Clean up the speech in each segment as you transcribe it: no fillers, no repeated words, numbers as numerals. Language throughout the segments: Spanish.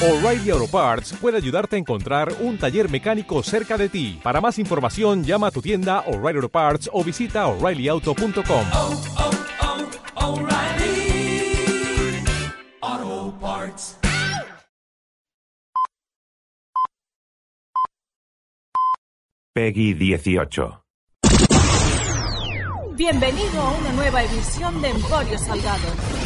O'Reilly Auto Parts puede ayudarte a encontrar un taller mecánico cerca de ti. Para más información, llama a tu tienda O'Reilly Auto Parts o visita O'ReillyAuto.com. O'Reilly Auto Parts. Peggy 18. Bienvenido a una nueva edición de Emporio Salgado.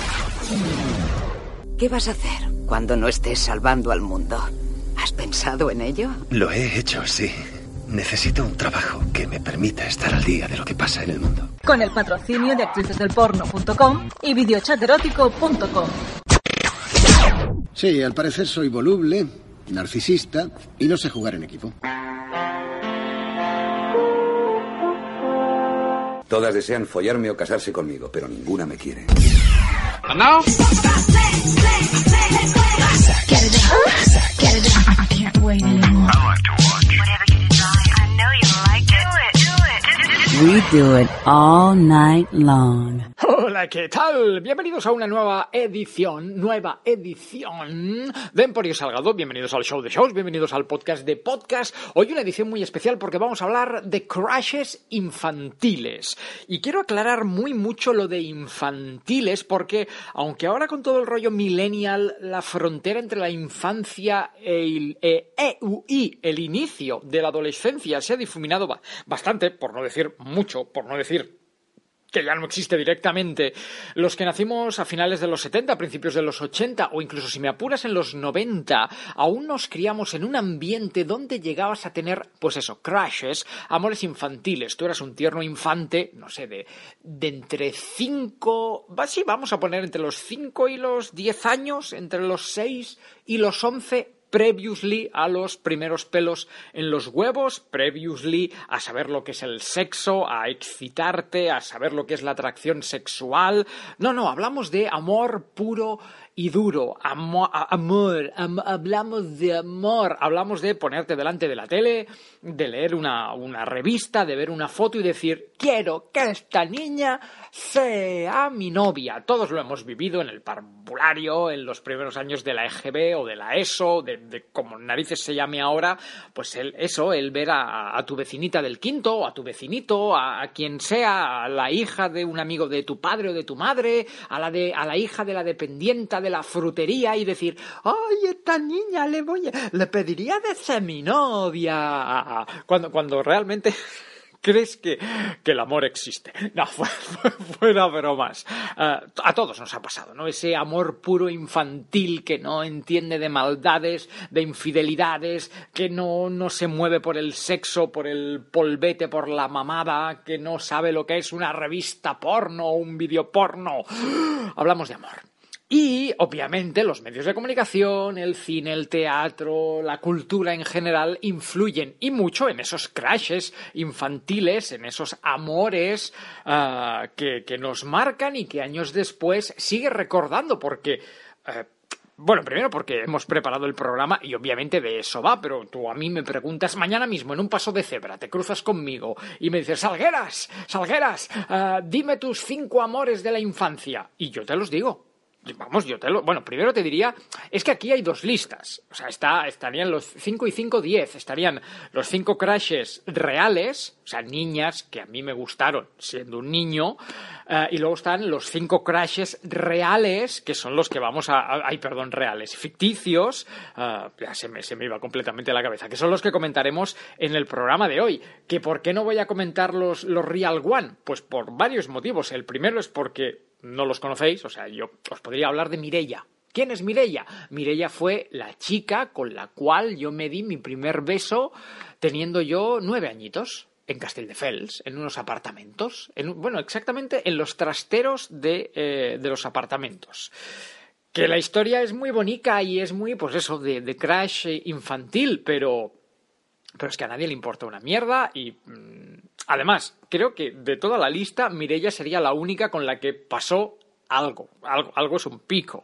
¿Qué vas a hacer cuando no estés salvando al mundo? ¿Has pensado en ello? Lo he hecho, sí. Necesito un trabajo que me permita estar al día de lo que pasa en el mundo. Con el patrocinio de actricesdelporno.com y videochaterótico.com. Sí, al parecer soy voluble, narcisista y no sé jugar en equipo. Todas desean follarme o casarse conmigo, pero ninguna me quiere. And now? I can't wait anymore. I like to watch. Whatever you decide, I know you like it. We do it all night long. Hola, ¿qué tal? Bienvenidos a una nueva edición de Emporio Salgado. Bienvenidos al show de shows, bienvenidos al podcast de podcast. Hoy una edición muy especial porque vamos a hablar de crushes infantiles. Y quiero aclarar mucho lo de infantiles porque, aunque ahora con todo el rollo millennial, la frontera entre la infancia y el inicio de la adolescencia se ha difuminado bastante, por no decir mucho, por no decir que ya no existe directamente. Los que nacimos a finales de los 70, principios de los 80 o incluso si me apuras en los 90, aún nos criamos en un ambiente donde llegabas a tener, pues eso, crushes, amores infantiles. Tú eras un tierno infante, no sé, de entre 5, sí, vamos a poner entre los 5 y los 10 años, entre los 6 y los 11, previously a los primeros pelos en los huevos, previously a saber lo que es el sexo, a excitarte, a saber lo que es la atracción sexual. No, hablamos de amor puro y duro, hablamos de amor, hablamos de ponerte delante de la tele, de leer una revista, de ver una foto y decir, quiero que esta niña sea mi novia. Todos lo hemos vivido en el parvulario, en los primeros años de la EGB o de la ESO, de como narices se llame ahora, pues el ver a tu vecinita del quinto, o a tu vecinito, a quien sea, a la hija de un amigo de tu padre o de tu madre, a la hija de la dependienta de la frutería y decir, ¡ay, esta niña le pediría de ser mi novia! Cuando realmente crees que el amor existe. No, fuera bromas. A todos nos ha pasado, ¿no? Ese amor puro infantil que no entiende de maldades, de infidelidades, que no se mueve por el sexo, por el polvete, por la mamada, que no sabe lo que es una revista porno o un vídeo porno. Hablamos de amor. Y, obviamente, los medios de comunicación, el cine, el teatro, la cultura en general influyen y mucho en esos crushes infantiles, en esos amores que nos marcan y que años después sigue recordando porque... Bueno, primero porque hemos preparado el programa y obviamente de eso va, pero tú a mí me preguntas mañana mismo en un paso de cebra, te cruzas conmigo y me dices, Salgueras, dime tus 5 amores de la infancia. Y yo te los digo. Vamos, bueno, primero te diría, es que aquí hay 2 listas. O sea, estarían los 5 y 5, 10. Estarían los 5 crushes reales, o sea, niñas que a mí me gustaron siendo un niño, y luego están los 5 crushes reales, que son los que reales, ficticios, ya se me iba completamente a la cabeza, que son los que comentaremos en el programa de hoy. ¿Que por qué no voy a comentar los Real One? Pues por varios motivos. El primero es porque no los conocéis, o sea, yo os podría hablar de Mireia. ¿Quién es Mireia? Mireia fue la chica con la cual yo me di mi primer beso teniendo yo 9 añitos en Castelldefels, en unos apartamentos, exactamente en los trasteros de los apartamentos. Que la historia es muy bonita y es muy, pues eso, de crush infantil, pero es que a nadie le importa una mierda y... Además, creo que de toda la lista, Mireia sería la única con la que pasó algo es un pico.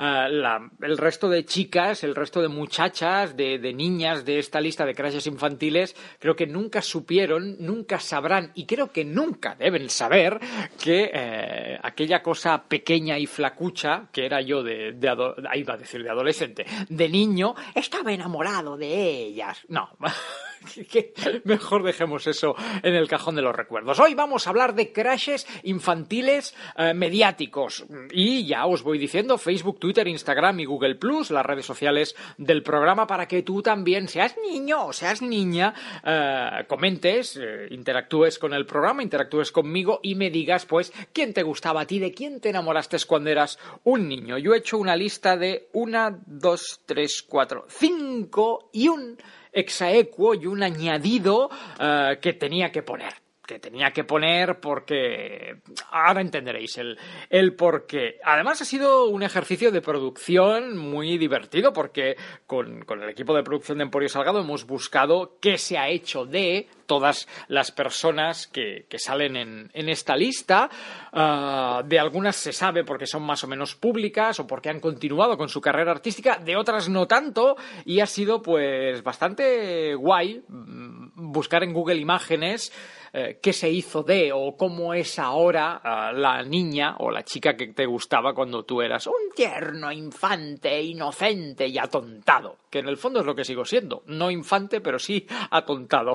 El resto de chicas, el resto de muchachas, de niñas de esta lista de crashes infantiles, creo que nunca supieron, nunca sabrán y creo que nunca deben saber que aquella cosa pequeña y flacucha que era yo iba a decir de adolescente, de niño, estaba enamorado de ellas. No, que mejor dejemos eso en el cajón de los recuerdos. Hoy vamos a hablar de crashes infantiles mediáticos y ya os voy diciendo Facebook, Twitter, Instagram y Google Plus, las redes sociales del programa, para que tú también, seas niño o seas niña, comentes, interactúes con el programa, interactúes conmigo y me digas pues quién te gustaba a ti, de quién te enamoraste cuando eras un niño. Yo he hecho una lista de 1, 2, 3, 4, 5 y un exaequo y un añadido que tenía que poner porque ahora entenderéis el porqué. Además ha sido un ejercicio de producción muy divertido porque con el equipo de producción de Emporio Salgado hemos buscado qué se ha hecho de todas las personas que salen en esta lista. De algunas se sabe porque son más o menos públicas o porque han continuado con su carrera artística, de otras no tanto, y ha sido pues bastante guay buscar en Google Imágenes qué se hizo de o cómo es ahora la niña o la chica que te gustaba cuando tú eras un tierno infante, inocente y atontado, que en el fondo es lo que sigo siendo, no infante pero sí atontado.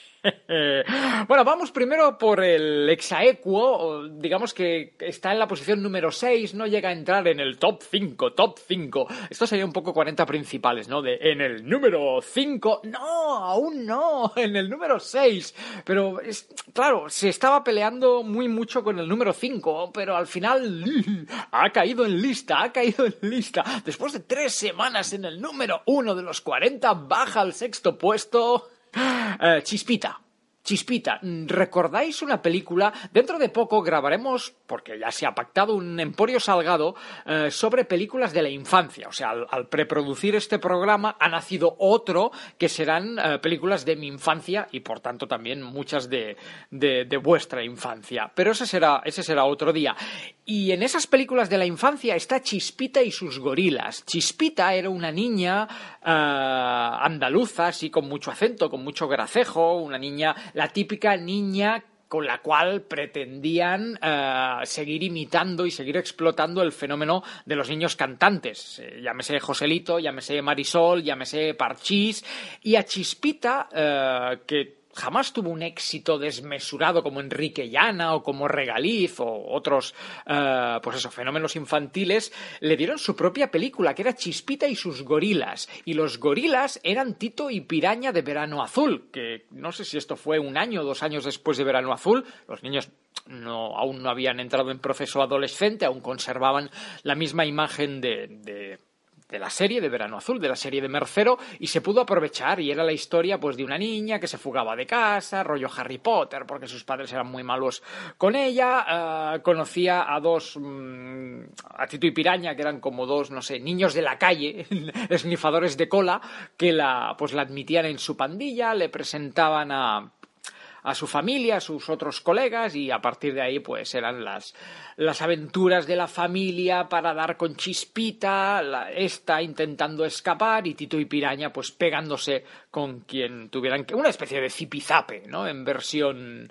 Bueno, vamos primero por el exaequo, digamos que está en la posición número 6, no llega a entrar en el top 5. Esto sería un poco 40 principales, ¿no? En el número 5, no, aún no, en el número 6. Pero, claro, se estaba peleando muy mucho con el número 5, pero al final ha caído en lista. Después de 3 semanas en el número 1 de los 40, baja al 6º puesto. Chispita, ¿recordáis una película? Dentro de poco grabaremos, porque ya se ha pactado, un Emporio Salgado sobre películas de la infancia. O sea, al preproducir este programa ha nacido otro que serán películas de mi infancia y por tanto también muchas de vuestra infancia. Pero ese será otro día. Y en esas películas de la infancia está Chispita y sus gorilas. Chispita era una niña andaluza, así con mucho acento, con mucho gracejo, una niña, la típica niña con la cual pretendían seguir imitando y seguir explotando el fenómeno de los niños cantantes. Llámese Joselito, llámese Marisol, llámese Parchís. Y a Chispita, que jamás tuvo un éxito desmesurado como Enrique Llana o como Regaliz o otros fenómenos infantiles, le dieron su propia película que era Chispita y sus gorilas, y los gorilas eran Tito y Piraña de Verano Azul, que no sé si esto fue 1 año o 2 años después de Verano Azul. Los niños aún no habían entrado en proceso adolescente, aún conservaban la misma imagen de la serie de Verano Azul, de la serie de Mercero, y se pudo aprovechar, y era la historia pues de una niña que se fugaba de casa, rollo Harry Potter, porque sus padres eran muy malos con ella. Conocía a a Tito y Piraña, que eran como dos, no sé, niños de la calle, esnifadores de cola, que la admitían en su pandilla, le presentaban a su familia, a sus otros colegas, y a partir de ahí pues eran las aventuras de la familia para dar con Chispita, esta intentando escapar y Tito y Piraña pues pegándose con quien tuvieran que, una especie de zipizape, ¿no? En versión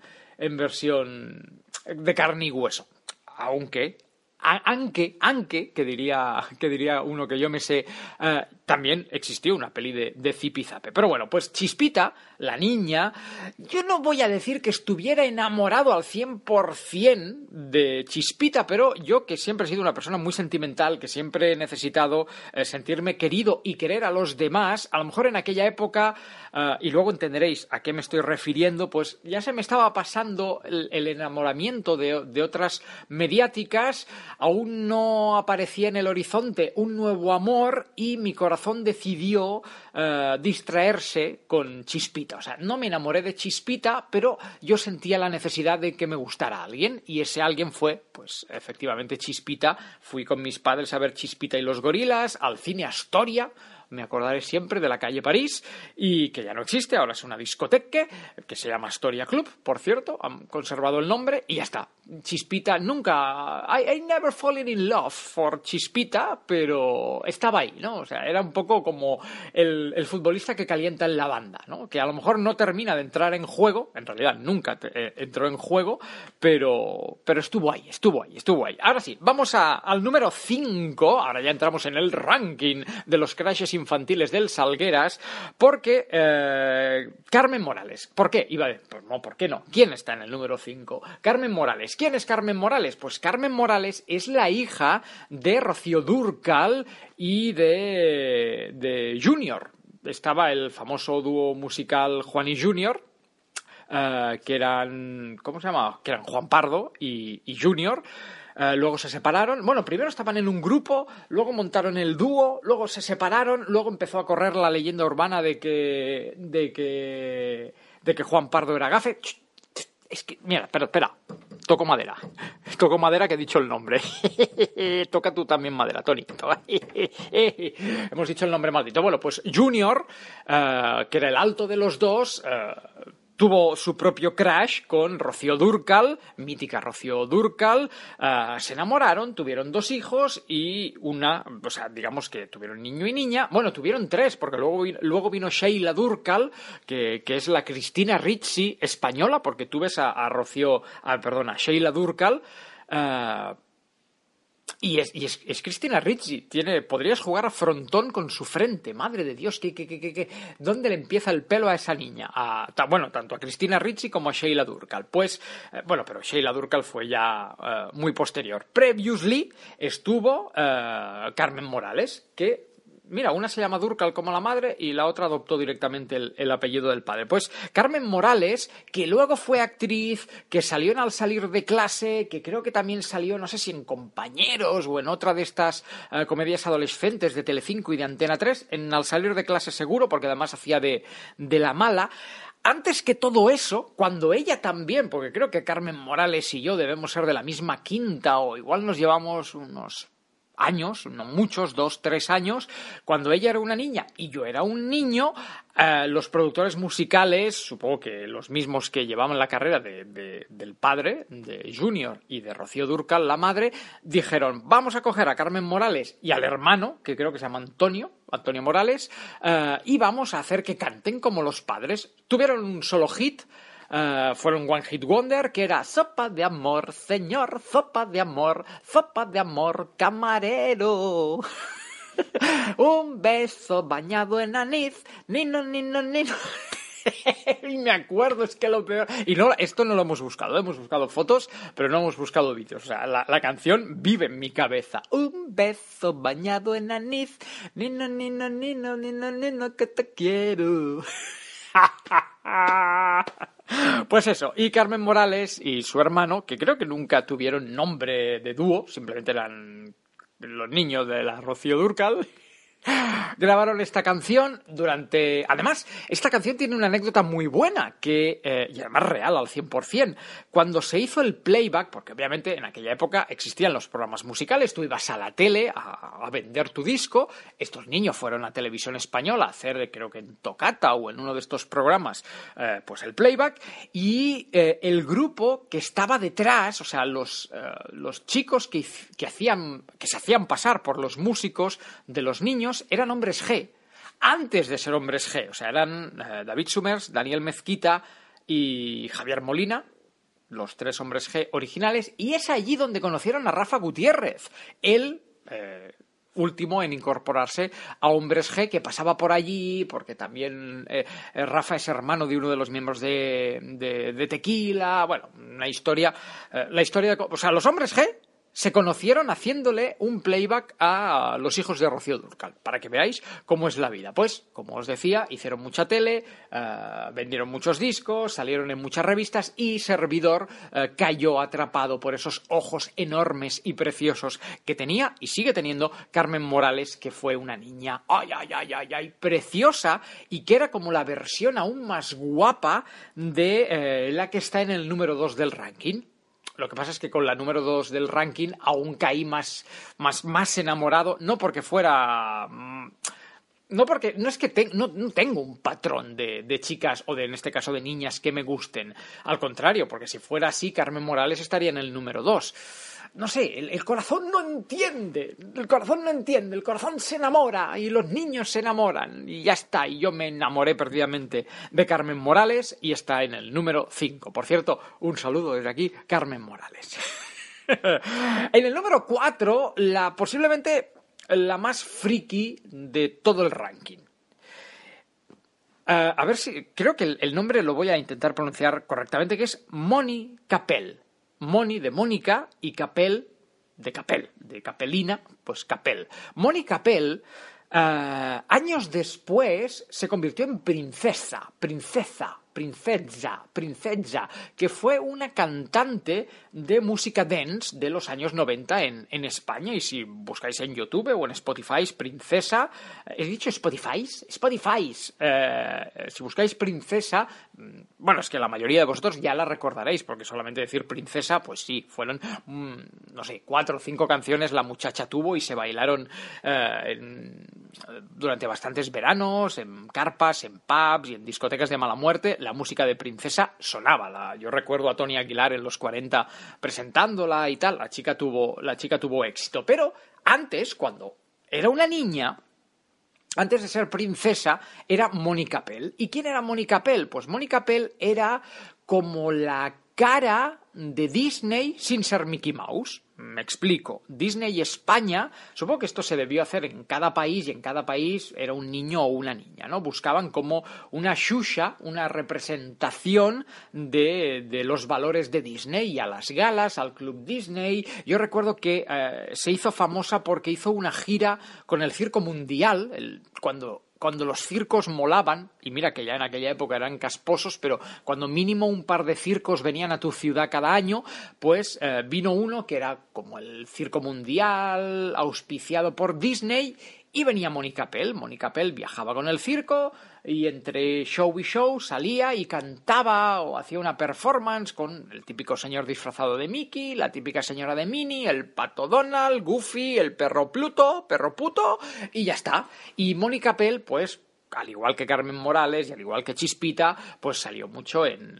de carne y hueso. Aunque que diría uno que yo me sé, también existió una peli de zipizape. Pero bueno, pues Chispita, la niña, yo no voy a decir que estuviera enamorado al 100% de Chispita, pero yo, que siempre he sido una persona muy sentimental, que siempre he necesitado sentirme querido y querer a los demás, a lo mejor en aquella época, y luego entenderéis a qué me estoy refiriendo, pues ya se me estaba pasando el enamoramiento de otras mediáticas. Aún no aparecía en el horizonte un nuevo amor y mi corazón decidió distraerse con Chispita. O sea, no me enamoré de Chispita, pero yo sentía la necesidad de que me gustara alguien, y ese alguien fue, pues, efectivamente Chispita. Fui con mis padres a ver Chispita y los gorilas, al cine Astoria, me acordaré siempre de la calle París, y que ya no existe, ahora es una discoteca que se llama Astoria Club, por cierto, han conservado el nombre y ya está. Chispita nunca... I never fallen in love for Chispita, pero estaba ahí, ¿no? O sea, era un poco como el futbolista que calienta en la banda, ¿no? Que a lo mejor no termina de entrar en juego, en realidad nunca entró en juego, pero estuvo ahí. Ahora sí, vamos al número 5, ahora ya entramos en el ranking de los crashes infantiles del Salgueras, porque Carmen Morales. ¿Por qué? Pues no, ¿por qué no? ¿Quién está en el número 5? Carmen Morales. ¿Quién es Carmen Morales? Pues Carmen Morales es la hija de Rocío Dúrcal y de Junior. Estaba el famoso dúo musical Juan y Junior, que eran... ¿Cómo se llamaba? Que eran Juan Pardo y Junior. Luego se separaron. Bueno, primero estaban en un grupo, luego montaron el dúo, luego se separaron, luego empezó a correr la leyenda urbana de que Juan Pardo era gafe. Es que, mira, espera. Toco madera que he dicho el nombre. Toca tú también madera, Tony. Hemos dicho el nombre maldito. Bueno, pues Junior, que era el alto de los dos, tuvo su propio crash con Rocío Dúrcal, mítica Rocío Dúrcal. Se enamoraron, tuvieron 2 hijos y digamos que tuvieron niño y niña. Bueno, tuvieron 3, porque luego vino Sheila Dúrcal, que es la Cristina Ricci española, porque tú ves a Sheila Dúrcal. Y es Cristina Ricci. Podrías jugar a frontón con su frente. Madre de Dios, ¿dónde le empieza el pelo a esa niña? Tanto a Cristina Ricci como a Sheila Dúrcal. Pero Sheila Dúrcal fue ya muy posterior. Previously estuvo Carmen Morales, que... Mira, una se llama Dúrcal como la madre y la otra adoptó directamente el apellido del padre. Pues Carmen Morales, que luego fue actriz, que salió en Al salir de clase, que creo que también salió, no sé si en Compañeros o en otra de estas comedias adolescentes de Telecinco y de Antena 3, en Al salir de clase seguro, porque además hacía de la mala. Antes que todo eso, cuando ella también, porque creo que Carmen Morales y yo debemos ser de la misma quinta o igual nos llevamos unos... años, no muchos, 2, 3 años, cuando ella era una niña y yo era un niño, los productores musicales, supongo que los mismos que llevaban la carrera del padre, de Junior y de Rocío Dúrcal, la madre, dijeron, vamos a coger a Carmen Morales y al hermano, que creo que se llama Antonio Morales, y vamos a hacer que canten como los padres. Tuvieron un solo hit, fueron One Hit Wonder, que era sopa de amor, señor, sopa de amor, camarero. Un beso bañado en anís, nino. Y me acuerdo, es que lo peor... Y no, esto no lo hemos buscado fotos, pero no hemos buscado vídeos. O sea, la canción vive en mi cabeza. Un beso bañado en anís, nino, que te quiero. Pues eso, y Carmen Morales y su hermano, que creo que nunca tuvieron nombre de dúo, simplemente eran los niños de la Rocío Dúrcal, grabaron esta canción durante... Además, esta canción tiene una anécdota muy buena, y además real al 100%. Cuando se hizo el playback, porque obviamente en aquella época existían los programas musicales, tú ibas a la tele a vender tu disco, estos niños fueron a Televisión Española a hacer, creo que en Tocata o en uno de estos programas, pues el playback, y el grupo que estaba detrás, o sea, los chicos que se hacían pasar por los músicos de los niños, eran hombres G, antes de ser hombres G, o sea, eran David Summers, Daniel Mezquita y Javier Molina, los 3 hombres G originales, y es allí donde conocieron a Rafa Gutiérrez, el último en incorporarse a hombres G, que pasaba por allí, porque también Rafa es hermano de uno de los miembros de Tequila, bueno, una historia, o sea, los hombres G se conocieron haciéndole un playback a los hijos de Rocío Dúrcal, para que veáis cómo es la vida. Pues, como os decía, hicieron mucha tele, vendieron muchos discos, salieron en muchas revistas y servidor cayó atrapado por esos ojos enormes y preciosos que tenía y sigue teniendo Carmen Morales, que fue una niña preciosa y que era como la versión aún más guapa de la que está en el número 2 del ranking. Lo que pasa es que con la número 2 del ranking aún caí más enamorado, no porque fuera No, porque no es que no tengo un patrón de chicas o en este caso de niñas que me gusten. Al contrario, porque si fuera así, Carmen Morales estaría en el número 2. No sé, el corazón no entiende. El corazón se enamora y los niños se enamoran. Y ya está, y yo me enamoré perdidamente de Carmen Morales y está en el número 5. Por cierto, un saludo desde aquí, Carmen Morales. En el número 4, posiblemente la más friki de todo el ranking. A ver si... Creo que el nombre lo voy a intentar pronunciar correctamente, que es Moni Capel. Moni de Mónica y Capel de Capel. De Capelina, pues Capel. Moni Capel, años después, se convirtió en princesa, que fue una cantante de música dance de los años 90 en España. Y si buscáis en YouTube o en Spotify, princesa, ¿he dicho Spotify? Si buscáis princesa, bueno, es que la mayoría de vosotros ya la recordaréis, porque solamente decir princesa, pues sí, fueron, no sé, 4 o 5 canciones la muchacha tuvo y se bailaron durante bastantes veranos, en carpas, en pubs y en discotecas de mala muerte. La música de princesa sonaba. Yo recuerdo a Tony Aguilar en los 40 presentándola y tal. La chica tuvo éxito. Pero antes, cuando era una niña, antes de ser princesa, era Moni Capel. ¿Y quién era Moni Capel? Pues Moni Capel era como la cara de Disney sin ser Mickey Mouse. Me explico. Disney España, supongo que esto se debió hacer en cada país, y en cada país era un niño o una niña, ¿no? Buscaban como una Xuxa, una representación de los valores de Disney, y a las galas, al Club Disney. Yo recuerdo que se hizo famosa porque hizo una gira con el Circo Mundial, cuando los circos molaban, y mira que ya en aquella época eran casposos, pero cuando mínimo un par de circos venían a tu ciudad cada año, pues vino uno que era como el Circo Mundial, auspiciado por Disney, y venía Moni Capel. Moni Capel viajaba con el circo y entre show y show salía y cantaba o hacía una performance con el típico señor disfrazado de Mickey, la típica señora de Minnie, el pato Donald, Goofy, el perro puto, y ya está. Y Moni Capel, pues, al igual que Carmen Morales y al igual que Chispita, pues salió mucho en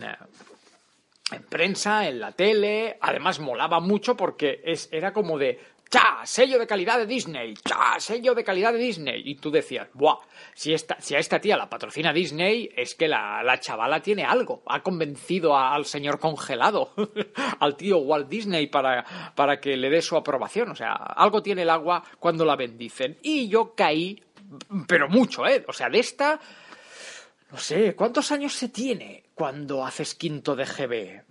prensa, en la tele. Además molaba mucho porque era como de ¡cha! Sello de calidad de Disney, ¡cha! Sello de calidad de Disney. Y tú decías, ¡buah! Si a esta tía la patrocina Disney, es que la chavala tiene algo. Ha convencido al señor congelado, al tío Walt Disney, para que le dé su aprobación. O sea, algo tiene el agua cuando la bendicen. Y yo caí, pero mucho, ¿eh? O sea, de esta... No sé, ¿cuántos años se tiene cuando haces quinto de GB?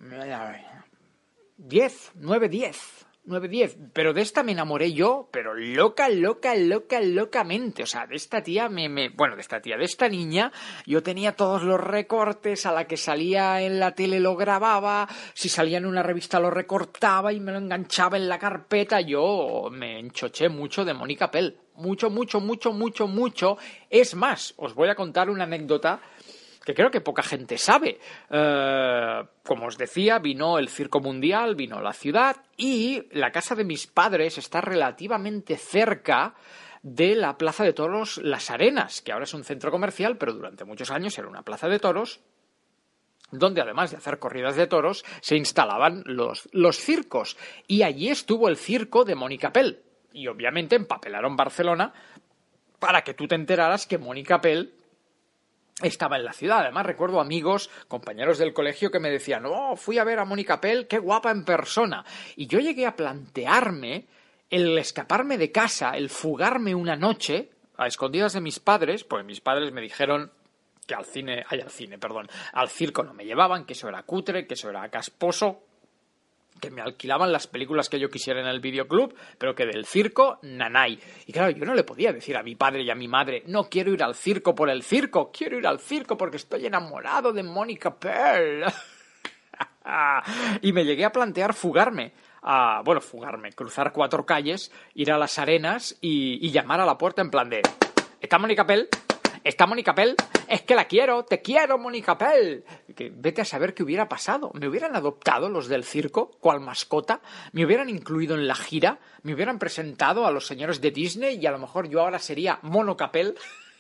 9, 10. Pero de esta me enamoré yo, pero locamente. O sea, de esta tía de esta niña, yo tenía todos los recortes, a la que salía en la tele lo grababa, si salía en una revista lo recortaba y me lo enganchaba en la carpeta. Yo me enchoché mucho de Moni Capel. Mucho. Es más, os voy a contar una anécdota que creo que poca gente sabe. Como os decía, vino el Circo Mundial, vino la ciudad, y la casa de mis padres está relativamente cerca de la Plaza de Toros Las Arenas, que ahora es un centro comercial, pero durante muchos años era una plaza de toros, donde además de hacer corridas de toros, se instalaban los circos. Y allí estuvo el circo de Moni Capel. Y obviamente empapelaron Barcelona para que tú te enteraras que Moni Capel estaba en la ciudad. Además, recuerdo amigos, compañeros del colegio que me decían, oh, fui a ver a Moni Capel, qué guapa en persona. Y yo llegué a plantearme el escaparme de casa, el fugarme una noche a escondidas de mis padres, porque mis padres me dijeron que al circo no me llevaban, que eso era cutre, que eso era casposo, que me alquilaban las películas que yo quisiera en el videoclub, pero que del circo, nanay. Y claro, yo no le podía decir a mi padre y a mi madre, no quiero ir al circo por el circo, quiero ir al circo porque estoy enamorado de Moni Capel. Y me llegué a plantear cruzar 4 calles, ir a Las Arenas y llamar a la puerta en plan de, ¿está Moni Capel? ¿Está Moni Capel? es que la quiero, te quiero, Mónica Pell. Que vete a saber qué hubiera pasado. ¿Me hubieran adoptado los del circo, cual mascota? ¿Me hubieran incluido en la gira? ¿Me hubieran presentado a los señores de Disney y a lo mejor yo ahora sería Mónica Pell?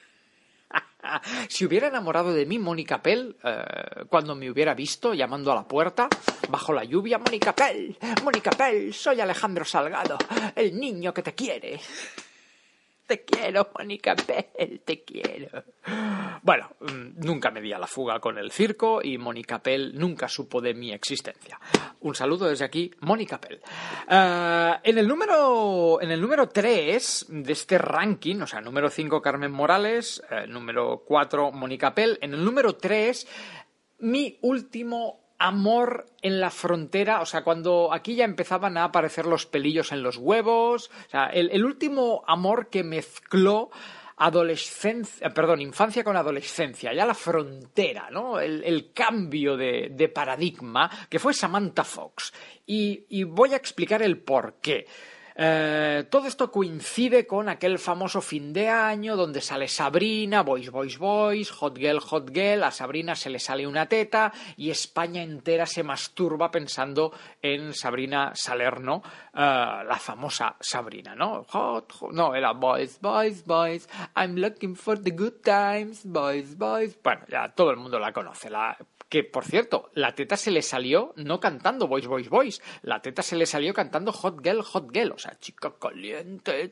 Si hubiera enamorado de mí Mónica Pell cuando me hubiera visto llamando a la puerta bajo la lluvia, Mónica Pell, soy Alejandro Salgado, el niño que te quiere. Te quiero, Mónica Pell, te quiero. Bueno, nunca me di a la fuga con el circo y Mónica Pell nunca supo de mi existencia. Un saludo desde aquí, Mónica Pell. En el número 3 de este ranking, o sea, número 5 Carmen Morales, número 4 Mónica Pell, en el número 3, mi último amor en la frontera, o sea, cuando aquí ya empezaban a aparecer los pelillos en los huevos, o sea, el último amor que mezcló infancia con adolescencia, ya la frontera, ¿no? El cambio de paradigma, que fue Samantha Fox. Y voy a explicar el porqué. Todo esto coincide con aquel famoso fin de año donde sale Sabrina, Boys, Boys, Boys, Hot Girl, Hot Girl, a Sabrina se le sale una teta y España entera se masturba pensando en Sabrina Salerno, la famosa Sabrina, ¿no? No, era Boys, Boys, Boys, I'm looking for the good times, Boys, Boys. Bueno, ya todo el mundo la conoce, que, por cierto, la teta se le salió no cantando Boys, Boys, Boys. La teta se le salió cantando Hot Girl, Hot Girl. O sea, chica caliente,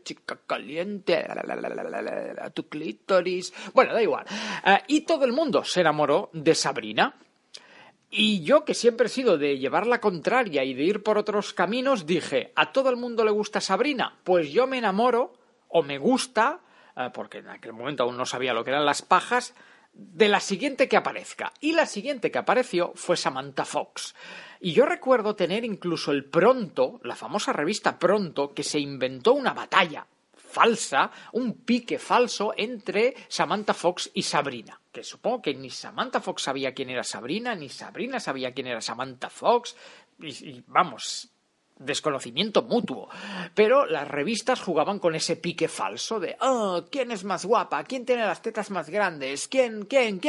tu clítoris. Bueno, da igual. Y todo el mundo se enamoró de Sabrina. Y yo, que siempre he sido de llevar la contraria y de ir por otros caminos, dije, ¿a todo el mundo le gusta Sabrina? Pues yo me enamoro, o me gusta, porque en aquel momento aún no sabía lo que eran las pajas, de la siguiente que aparezca. Y la siguiente que apareció fue Samantha Fox. Y yo recuerdo tener incluso el Pronto, la famosa revista Pronto, que se inventó una batalla falsa, un pique falso entre Samantha Fox y Sabrina. Que supongo que ni Samantha Fox sabía quién era Sabrina, ni Sabrina sabía quién era Samantha Fox. Y vamos, desconocimiento mutuo. Pero las revistas jugaban con ese pique falso de ¿quién es más guapa? ¿Quién tiene las tetas más grandes? ¿Quién?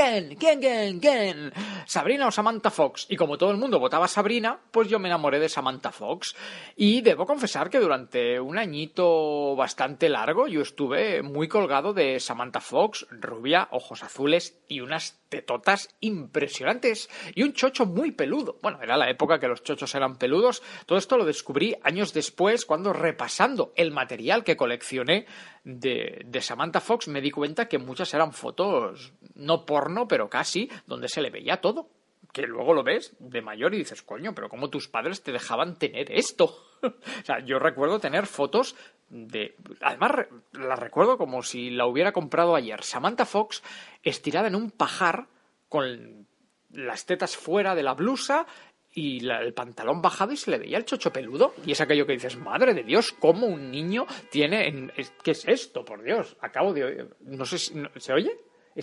¿Sabrina o Samantha Fox? Y como todo el mundo votaba Sabrina, pues yo me enamoré de Samantha Fox. Y debo confesar que durante un añito bastante largo yo estuve muy colgado de Samantha Fox, rubia, ojos azules y unas tetotas impresionantes y un chocho muy peludo. Bueno, era la época que los chochos eran peludos. Todo esto lo descubrí años después cuando, repasando el material que coleccioné de Samantha Fox, me di cuenta que muchas eran fotos no porno, pero casi, donde se le veía todo. Que luego lo ves de mayor y dices, coño, pero ¿cómo tus padres te dejaban tener esto? O sea, yo recuerdo tener fotos además, la recuerdo como si la hubiera comprado ayer. Samantha Fox estirada en un pajar con las tetas fuera de la blusa y el pantalón bajado y se le veía el chocho peludo. Y es aquello que dices, madre de Dios, ¿cómo un niño tiene... ¿Qué es esto? Por Dios, acabo de oír... No sé si... ¿Se oye?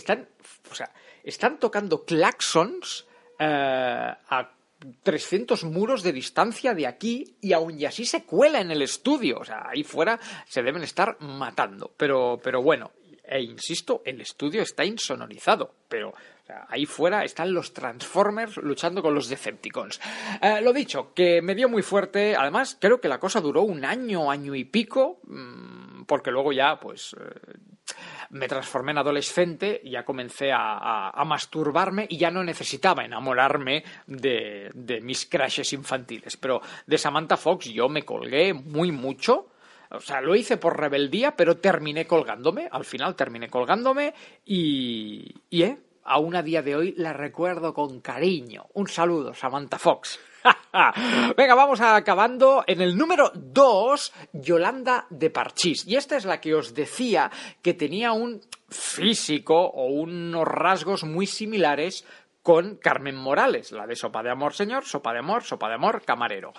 Están tocando claxons a 300 muros de distancia de aquí y aún y así se cuela en el estudio. O sea, ahí fuera se deben estar matando. Pero bueno, e insisto, el estudio está insonorizado, pero... ahí fuera están los Transformers luchando con los Decepticons. Lo dicho, que me dio muy fuerte. Además, creo que la cosa duró un año, año y pico, porque luego ya, pues, me transformé en adolescente y ya comencé a masturbarme y ya no necesitaba enamorarme de mis crushes infantiles. Pero de Samantha Fox yo me colgué muy mucho. O sea, lo hice por rebeldía, pero terminé colgándome. Al final terminé colgándome y aún a día de hoy la recuerdo con cariño. Un saludo, Samantha Fox. Venga, vamos acabando. En el número 2, Yolanda de Parchís. Y esta es la que os decía que tenía un físico o unos rasgos muy similares con Carmen Morales, la de Sopa de Amor, señor, Sopa de Amor, camarero.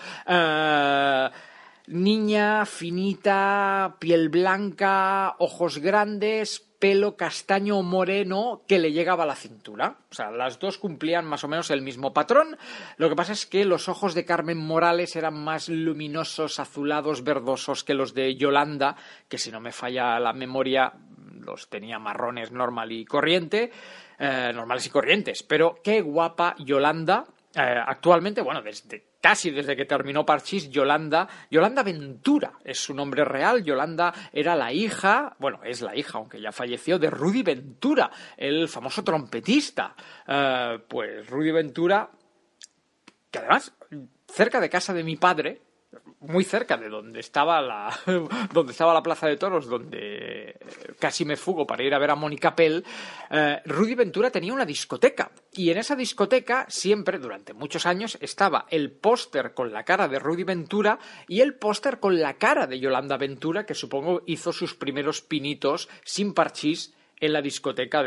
Niña, finita, piel blanca, ojos grandes, pelo castaño moreno que le llegaba a la cintura. O sea, las dos cumplían más o menos el mismo patrón. Lo que pasa es que los ojos de Carmen Morales eran más luminosos, azulados, verdosos que los de Yolanda, que si no me falla la memoria los tenía marrones normales y corrientes, pero qué guapa Yolanda. Actualmente, bueno, casi desde que terminó Parchís, Yolanda Ventura es su nombre real. Yolanda era la hija, bueno, es la hija, aunque ya falleció, de Rudy Ventura, el famoso trompetista. Pues Rudy Ventura, que además, cerca de casa de mi padre, muy cerca de donde estaba la Plaza de Toros, donde casi me fugo para ir a ver a Mónica Pell, Rudy Ventura tenía una discoteca. Y en esa discoteca siempre, durante muchos años, estaba el póster con la cara de Rudy Ventura y el póster con la cara de Yolanda Ventura, que supongo hizo sus primeros pinitos sin Parchís en la discoteca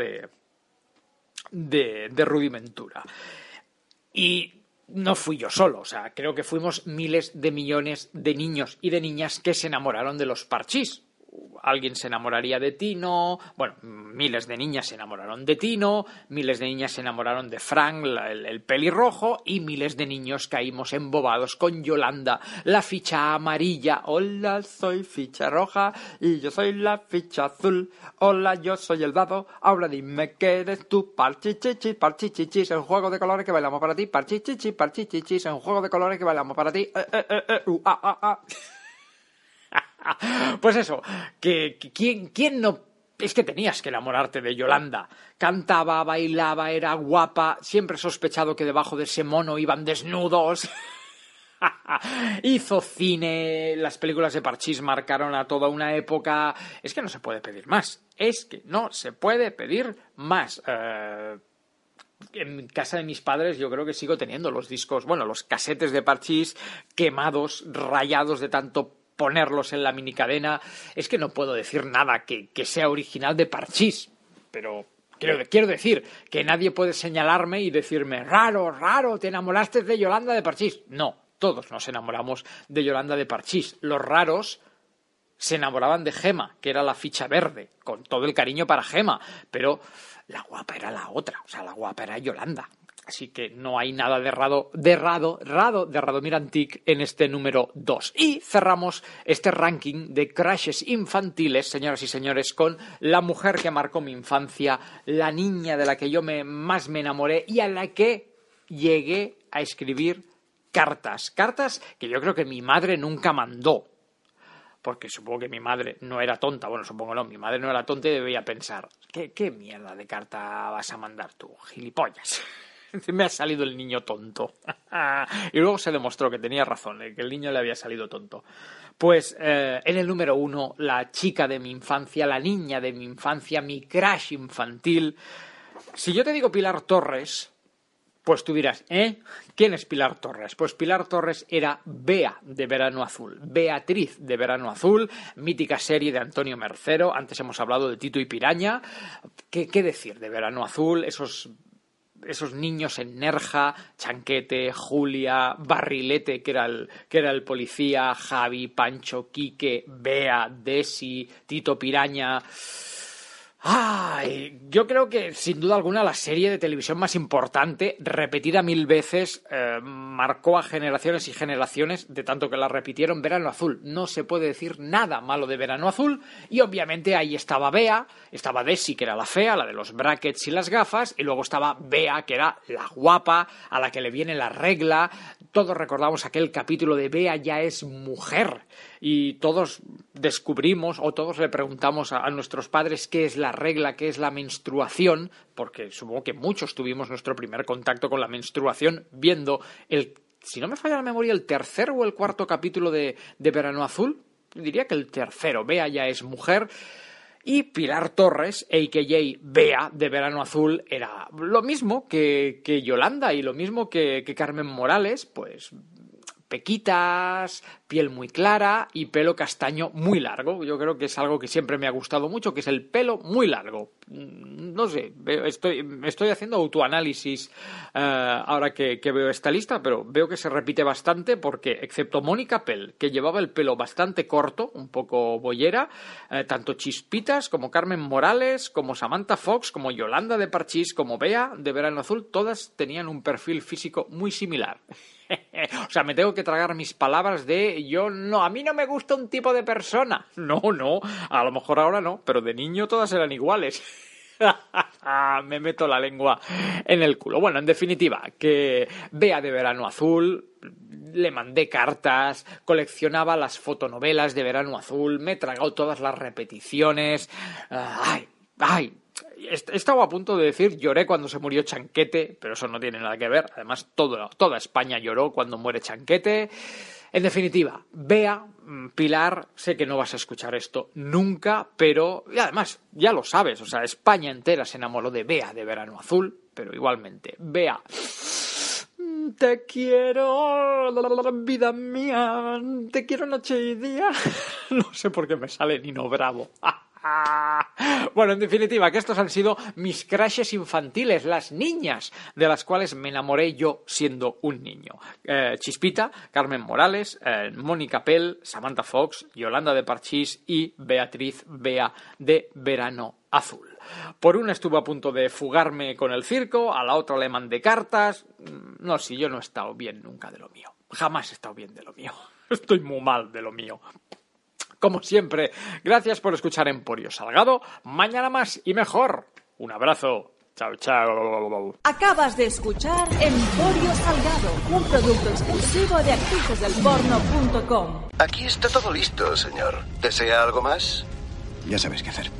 de Rudy Ventura. Y no fui yo solo, o sea, creo que fuimos miles de millones de niños y de niñas que se enamoraron de los Parchís. Alguien se enamoraría de Tino, bueno, miles de niñas se enamoraron de Tino, miles de niñas se enamoraron de Frank, el pelirrojo, y miles de niños caímos embobados con Yolanda, la ficha amarilla. Hola, soy ficha roja y yo soy la ficha azul. Hola, yo soy el dado, ahora dime qué eres tú. Parchichichi, parchichichis, es un juego de colores que bailamos para ti. Parchichichi, parchichichis, es un juego de colores que bailamos para ti. Pues eso, ¿quién no? Es que tenías que enamorarte de Yolanda. Cantaba, bailaba, era guapa. Siempre he sospechado que debajo de ese mono iban desnudos. Hizo cine. Las películas de Parchís marcaron a toda una época. Es que no se puede pedir más. En casa de mis padres yo creo que sigo teniendo los discos, bueno, los casetes de Parchís quemados, rayados de tanto ponerlos en la minicadena. Es que no puedo decir nada que sea original de Parchís, pero quiero decir que nadie puede señalarme y decirme raro, te enamoraste de Yolanda de Parchís. No, todos nos enamoramos de Yolanda de Parchís. Los raros se enamoraban de Gema, que era la ficha verde, con todo el cariño para Gema, pero la guapa era la otra, o sea, la guapa era Yolanda. Así que no hay nada de Radomir Antic en este número 2. Y cerramos este ranking de crushes infantiles, señoras y señores, con la mujer que marcó mi infancia, la niña de la que yo más me enamoré y a la que llegué a escribir cartas. Cartas que yo creo que mi madre nunca mandó. Porque supongo que mi madre no era tonta. Bueno, supongo no, mi madre no era tonta y debía pensar, ¿qué mierda de carta vas a mandar tú, gilipollas? Me ha salido el niño tonto. Y luego se demostró que tenía razón, que el niño le había salido tonto. Pues en el número 1, la chica de mi infancia, la niña de mi infancia, mi crush infantil. Si yo te digo Pilar Torres, pues tú dirás, ¿quién es Pilar Torres? Pues Pilar Torres era Bea de Verano Azul, Beatriz de Verano Azul, mítica serie de Antonio Mercero. Antes hemos hablado de Tito y Piraña. ¿Qué decir de Verano Azul? Esos niños en Nerja, Chanquete, Julia, Barrilete, que era el policía, Javi, Pancho, Quique, Bea, Desi, Tito Piraña. Yo creo que sin duda alguna la serie de televisión más importante, repetida 1000 veces, marcó a generaciones y generaciones, de tanto que la repitieron. Verano Azul. No se puede decir nada malo de Verano Azul. Y obviamente ahí estaba Bea, estaba Desi, que era la fea, la de los brackets y las gafas, y luego estaba Bea, que era la guapa, a la que le viene la regla. Todos recordamos aquel capítulo de Bea ya es mujer. Y todos descubrimos, o todos le preguntamos a nuestros padres qué es la regla, qué es la menstruación, porque supongo que muchos tuvimos nuestro primer contacto con la menstruación viendo si no me falla la memoria, el tercer o el cuarto capítulo de Verano Azul. Diría que el tercero. Bea ya es mujer. Y Pilar Torres, a.k.a. Bea de Verano Azul, era lo mismo que Yolanda y lo mismo que Carmen Morales, pues pequitas, piel muy clara y pelo castaño muy largo. Yo creo que es algo que siempre me ha gustado mucho, que es el pelo muy largo. no sé, estoy haciendo autoanálisis ahora que veo esta lista, pero veo que se repite bastante porque, excepto Mónica Pell, que llevaba el pelo bastante corto, un poco boyera, tanto Chispitas como Carmen Morales, como Samantha Fox, como Yolanda de Parchís, como Bea de Verano Azul, todas tenían un perfil físico muy similar. O sea, me tengo que tragar mis palabras de a mí no me gusta un tipo de persona. No, a lo mejor ahora no, pero de niño todas eran iguales. Me meto la lengua en el culo. Bueno, en definitiva, que Bea de Verano Azul, le mandé cartas, coleccionaba las fotonovelas de Verano Azul, me he tragado todas las repeticiones. Estaba a punto de decir lloré cuando se murió Chanquete, pero eso no tiene nada que ver. Además, toda España lloró cuando muere Chanquete. En definitiva, Bea, Pilar, sé que no vas a escuchar esto nunca, pero y además, ya lo sabes, o sea, España entera se enamoró de Bea de Verano Azul, pero igualmente, Bea, te quiero, vida mía, te quiero noche y día. No sé por qué me sale Nino Bravo. Bueno, en definitiva, que estos han sido mis crushes infantiles, las niñas de las cuales me enamoré yo siendo un niño. Chispita, Carmen Morales, Mónica Pell, Samantha Fox, Yolanda de Parchís y Beatriz Bea de Verano Azul. Por una estuve a punto de fugarme con el circo, a la otra le mandé cartas. No, si yo no he estado bien nunca de lo mío. Jamás he estado bien de lo mío. Estoy muy mal de lo mío. Como siempre, gracias por escuchar Emporio Salgado. Mañana más y mejor. Un abrazo. Chao, chao. Acabas de escuchar Emporio Salgado, un producto exclusivo de actricesdelporno.com. Aquí está todo listo, señor. ¿Desea algo más? Ya sabes qué hacer.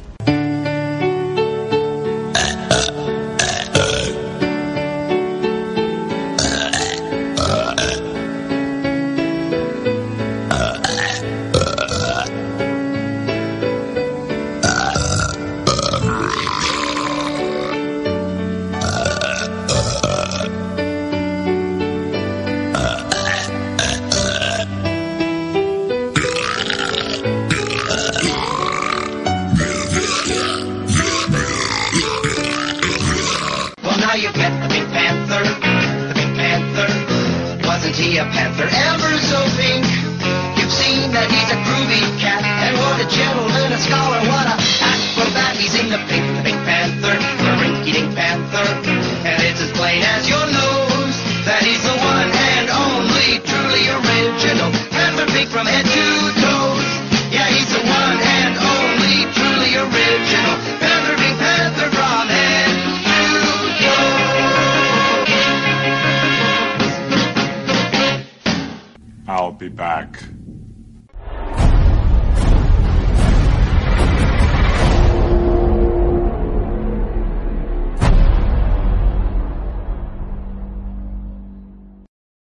A panther ever so pink. You've seen that he's a groovy cat, and what a gentleman, a scholar, what a acrobat. He's in the Pink Panther, the rinky-dink panther, and it's as plain as your nose that he's the one and only truly original Panther Pink from head to toes. Yeah, he's the one and only truly original Panther Pink Panther from head to toe. I'll be back.